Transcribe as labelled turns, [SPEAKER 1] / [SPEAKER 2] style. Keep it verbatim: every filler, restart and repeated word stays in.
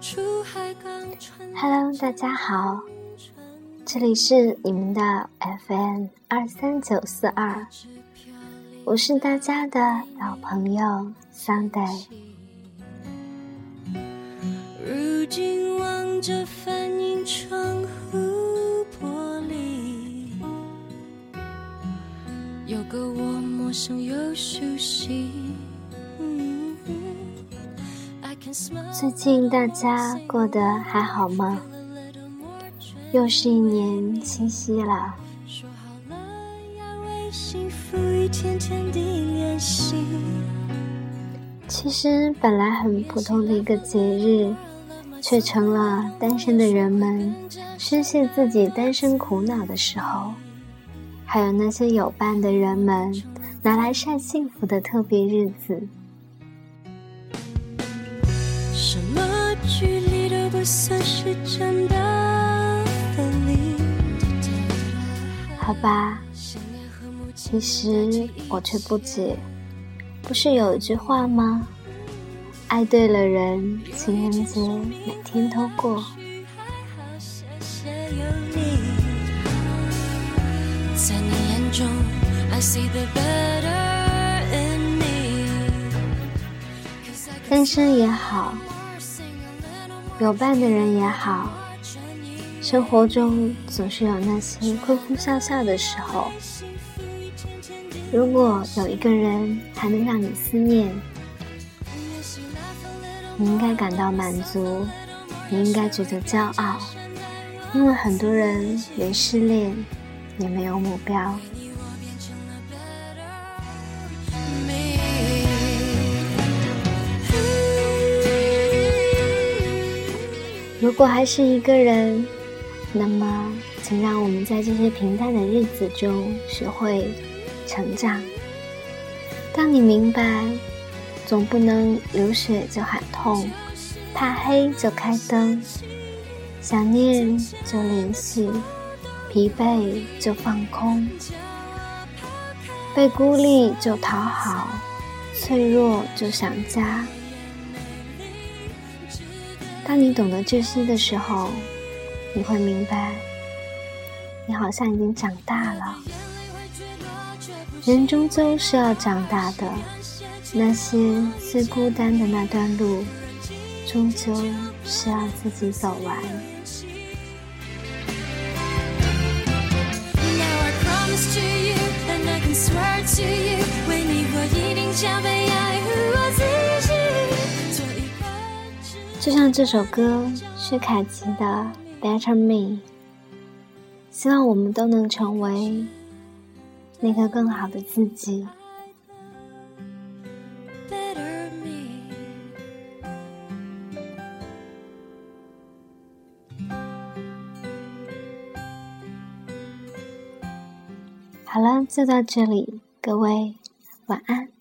[SPEAKER 1] Hello， 大家好，这里是你们的 F M 二三九四二，我是大家的老朋友 Sunday。
[SPEAKER 2] 如今望着反映窗户玻璃，有个我陌生又熟悉。
[SPEAKER 1] 最近大家过得还好吗？又是一年七夕了。
[SPEAKER 2] 说好了要为幸福一天天地练习。
[SPEAKER 1] 其实本来很普通的一个节日，却成了单身的人们宣泄自己单身苦恼的时候，还有那些有伴的人们拿来晒幸福的特别日子。
[SPEAKER 2] 什么距离都不算是真的分离。
[SPEAKER 1] 好吧，其实我却不解，不是有一句话吗？爱对了人，情人节每天都过。
[SPEAKER 2] 在你眼中 I see the better in me。
[SPEAKER 1] 单身也好，有伴的人也好，生活中总是有那些哭哭笑笑的时候。如果有一个人还能让你思念，你应该感到满足，你应该觉得骄傲，因为很多人连失恋也没有目标。如果还是一个人，那么请让我们在这些平淡的日子中学会成长。当你明白总不能流血就喊痛，怕黑就开灯，想念就联系，疲惫就放空，被孤立就讨好，脆弱就想家。当你懂得这些的时候，你会明白，你好像已经长大了。人终究是要长大的，那些最孤单的那段路，终究是要自己走完。就像这首歌薛凯琪的 Better Me， 希望我们都能成为那个更好的自己。好了，就到这里，各位晚安。